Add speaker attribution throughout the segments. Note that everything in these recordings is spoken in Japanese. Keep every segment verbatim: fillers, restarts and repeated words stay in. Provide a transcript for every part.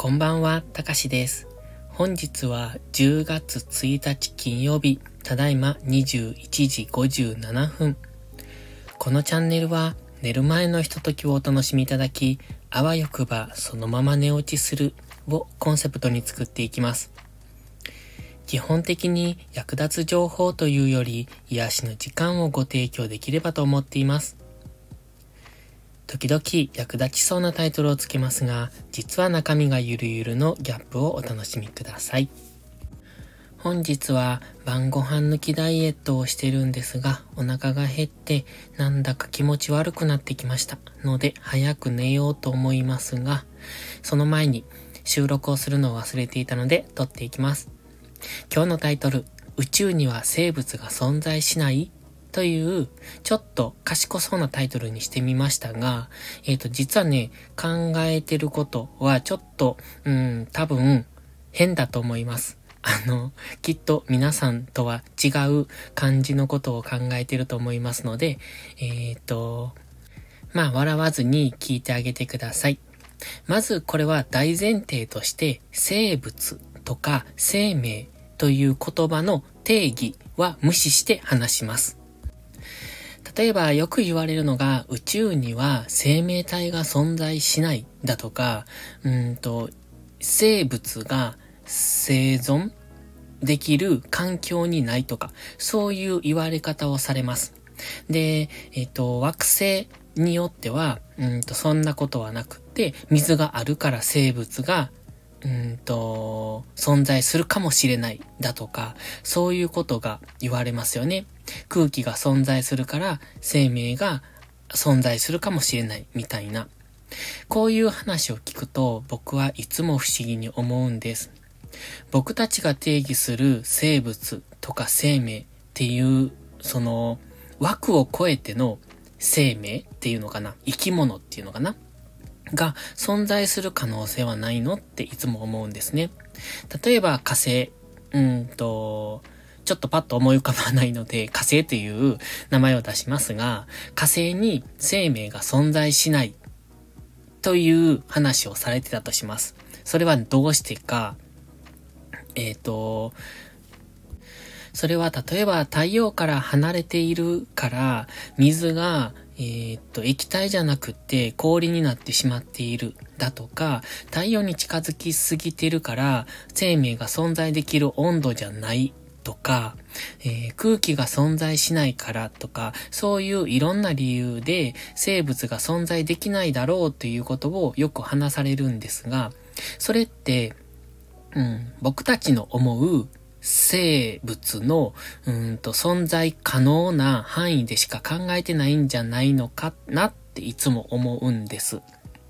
Speaker 1: こんばんは、たかしです。本日はじゅうがつついたち金曜日、ただいまにじゅういちじごじゅうななふん。このチャンネルは寝る前のひとときをお楽しみいただき、あわよくばそのまま寝落ちするをコンセプトに作っていきます。基本的に役立つ情報というより癒しの時間をご提供できればと思っています。時々役立ちそうなタイトルをつけますが、実は中身がゆるゆるのギャップをお楽しみください。本日は晩ご飯抜きダイエットをしてるんですが、お腹が減ってなんだか気持ち悪くなってきましたので早く寝ようと思いますが、その前に収録をするのを忘れていたので撮っていきます。今日のタイトル、宇宙には生物が存在しないというちょっと賢そうなタイトルにしてみましたが、えっと実はね、考えてることはちょっとうーん多分変だと思います。あのきっと皆さんとは違う感じのことを考えてると思いますので、えっとまあ笑わずに聞いてあげてください。まずこれは大前提として生物とか生命という言葉の定義は無視して話します。例えばよく言われるのが、宇宙には生命体が存在しないだとか、うーんと生物が生存できる環境にないとか、そういう言われ方をされます。で、えっと惑星によってはうんとそんなことはなくって、水があるから生物がうんと存在するかもしれないだとか、そういうことが言われますよね。空気が存在するから生命が存在するかもしれないみたいな、こういう話を聞くと僕はいつも不思議に思うんです。僕たちが定義する生物とか生命っていうその枠を超えての生命っていうのかな、生き物っていうのかなが存在する可能性はないのっていつも思うんですね。例えば火星、うんとちょっとパッと思い浮かばないので火星という名前を出しますが、火星に生命が存在しないという話をされてたとします。それはどうしてか、えっとそれは例えば太陽から離れているから水がえー、っと液体じゃなくって氷になってしまっているだとか、太陽に近づきすぎてるから生命が存在できる温度じゃないとか、えー、空気が存在しないからとか、そういういろんな理由で生物が存在できないだろうということをよく話されるんですが、それって、うん、僕たちの思う生物のうんと存在可能な範囲でしか考えてないんじゃないのかなっていつも思うんです。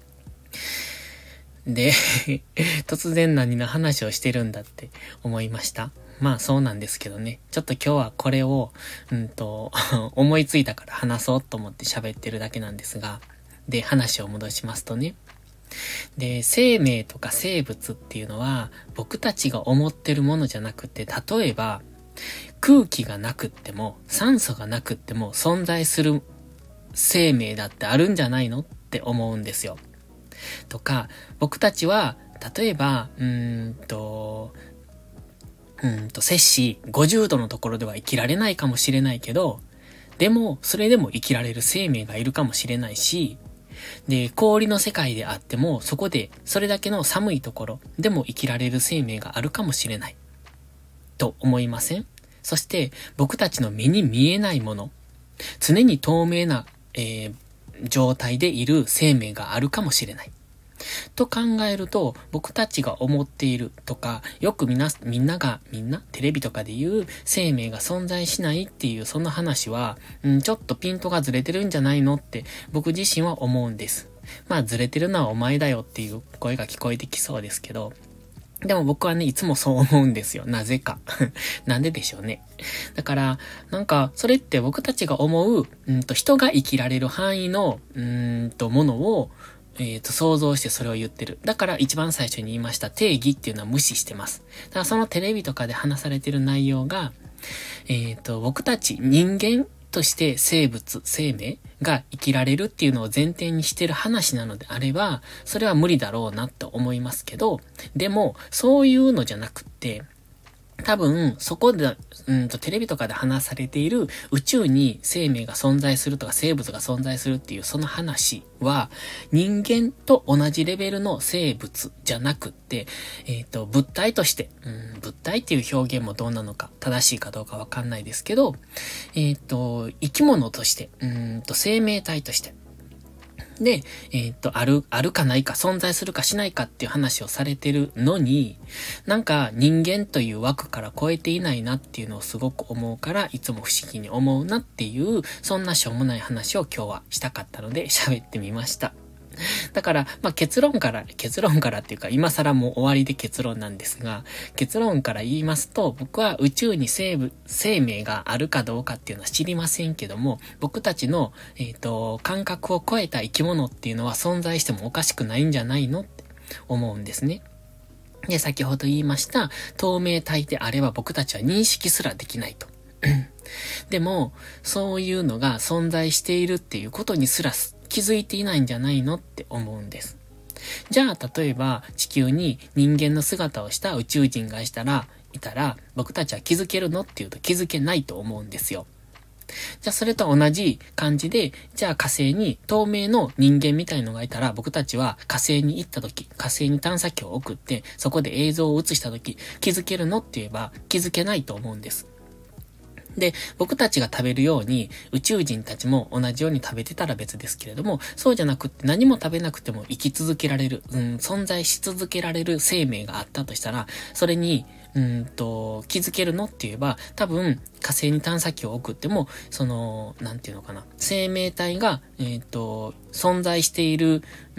Speaker 1: で突然何の話をしてるんだって思いました。まあそうなんですけどね、ちょっと今日はこれをうんと思いついたから話そうと思って喋ってるだけなんですが、で話を戻しますとね、で生命とか生物っていうのは僕たちが思ってるものじゃなくて、例えば空気がなくっても酸素がなくっても存在する生命だってあるんじゃないのって思うんですよ。とか、僕たちは例えばうーんとうーんと摂氏ごじゅうどのところでは生きられないかもしれないけど、でもそれでも生きられる生命がいるかもしれないし、で氷の世界であってもそこでそれだけの寒いところでも生きられる生命があるかもしれないと思いません？そして僕たちの目に見えないもの、常に透明な、えー、状態でいる生命があるかもしれないと考えると、僕たちが思っているとか、よくみんな、みんなが、みんなテレビとかで言う生命が存在しないっていうその話は、うん、ちょっとピントがずれてるんじゃないのって僕自身は思うんです。まあずれてるのはお前だよっていう声が聞こえてきそうですけど、でも僕はね、いつもそう思うんですよ。なぜか。なんででしょうね。だから、なんか、それって僕たちが思う、うんと、人が生きられる範囲の、うーんと、ものを、えっと、想像してそれを言ってる。だから一番最初に言いました定義っていうのは無視してます。だからそのテレビとかで話されてる内容が、えっと、僕たち人間として生物、生命が生きられるっていうのを前提にしてる話なのであれば、それは無理だろうなと思いますけど、でも、そういうのじゃなくって、多分、そこで、うんと、テレビとかで話されている宇宙に生命が存在するとか生物が存在するっていうその話は、人間と同じレベルの生物じゃなくって、えっと、物体として、うん、物体っていう表現もどうなのか、正しいかどうかわかんないですけど、えっと、生き物として、うんと、生命体として、で、えっと、ある、あるかないか、存在するかしないかっていう話をされてるのに、なんか人間という枠から超えていないなっていうのをすごく思うから、いつも不思議に思うなっていう、そんなしょうもない話を今日はしたかったので喋ってみました。だから、まあ、結論から、結論からっていうか、今更もう終わりで結論なんですが、結論から言いますと、僕は宇宙に生物、生命があるかどうかっていうのは知りませんけども、僕たちの、えっと、感覚を超えた生き物っていうのは存在してもおかしくないんじゃないのって思うんですね。で、先ほど言いました、透明体であれば僕たちは認識すらできないと。でも、そういうのが存在しているっていうことにすら気づいていないんじゃないのって思うんです。じゃあ、例えば地球に人間の姿をした宇宙人がいたら、いたら僕たちは気づけるのっていうと気づけないと思うんですよ。じゃあそれと同じ感じで、じゃあ火星に透明の人間みたいのがいたら僕たちは火星に行った時、火星に探査機を送ってそこで映像を映した時気づけるのって言えば気づけないと思うんです。で、僕たちが食べるように宇宙人たちも同じように食べてたら別ですけれども、そうじゃなくって何も食べなくても生き続けられる、うん、存在し続けられる生命があったとしたら、それに、うんと、気づけるのって言えば、多分火星に探査機を送っても、その、なんていうのかな、生命体が、えっと、存在している、うん、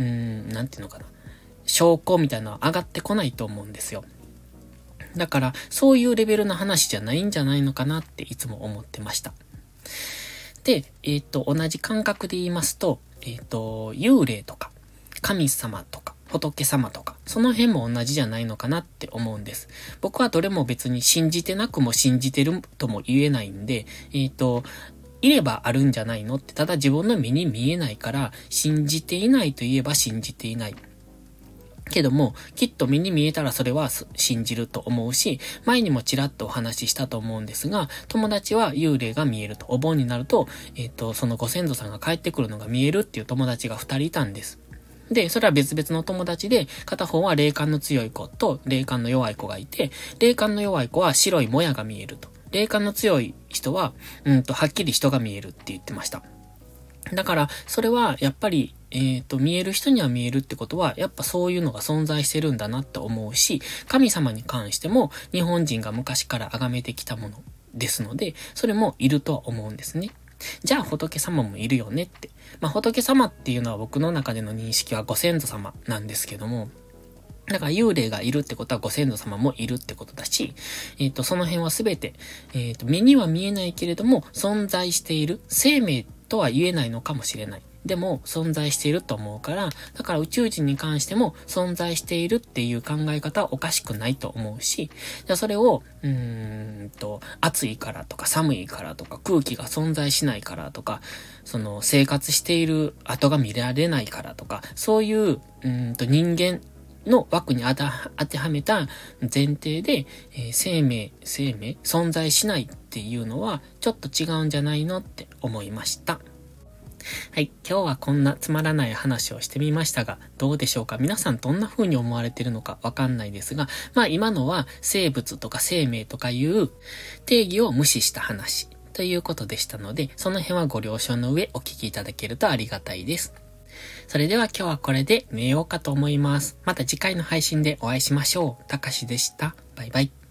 Speaker 1: なんていうのかな、証拠みたいなのは上がってこないと思うんですよ。だから、そういうレベルの話じゃないんじゃないのかなっていつも思ってました。で、えっと、同じ感覚で言いますと、えっと、幽霊とか、神様とか、仏様とか、その辺も同じじゃないのかなって思うんです。僕はどれも別に信じてなくも信じてるとも言えないんで、えっと、いればあるんじゃないのって、ただ自分の目に見えないから、信じていないといえば信じていない。けども、きっと目に見えたらそれは信じると思うし、前にもちらっとお話ししたと思うんですが、友達は幽霊が見えると、お盆になると、えっと、そのご先祖さんが帰ってくるのが見えるっていう友達が二人いたんです。で、それは別々の友達で、片方は霊感の強い子と霊感の弱い子がいて、霊感の弱い子は白いもやが見えると。霊感の強い人は、うんと、はっきり人が見えるって言ってました。だから、それは、やっぱり、えっと、見える人には見えるってことは、やっぱそういうのが存在してるんだなって思うし、神様に関しても、日本人が昔から崇めてきたものですので、それもいるとは思うんですね。じゃあ、仏様もいるよねって。まあ、仏様っていうのは僕の中での認識はご先祖様なんですけども、だから幽霊がいるってことはご先祖様もいるってことだし、えっと、その辺はすべて、えっと、目には見えないけれども、存在している生命とは言えないのかもしれない。でも、存在していると思うから、だから宇宙人に関しても存在しているっていう考え方はおかしくないと思うし、じゃあそれを、うーんと、暑いからとか寒いからとか空気が存在しないからとか、その生活している跡が見られないからとか、そういう、うーんと人間、の枠に当て、当てはめた前提で、えー、生命、生命、存在しないっていうのはちょっと違うんじゃないのって思いました。はい。今日はこんなつまらない話をしてみましたが、どうでしょうか？皆さんどんな風に思われてるのかわかんないですが、まあ今のは生物とか生命とかいう定義を無視した話ということでしたので、その辺はご了承の上お聞きいただけるとありがたいです。それでは今日はこれで寝ようかと思います。また次回の配信でお会いしましょう。たかしでした。バイバイ。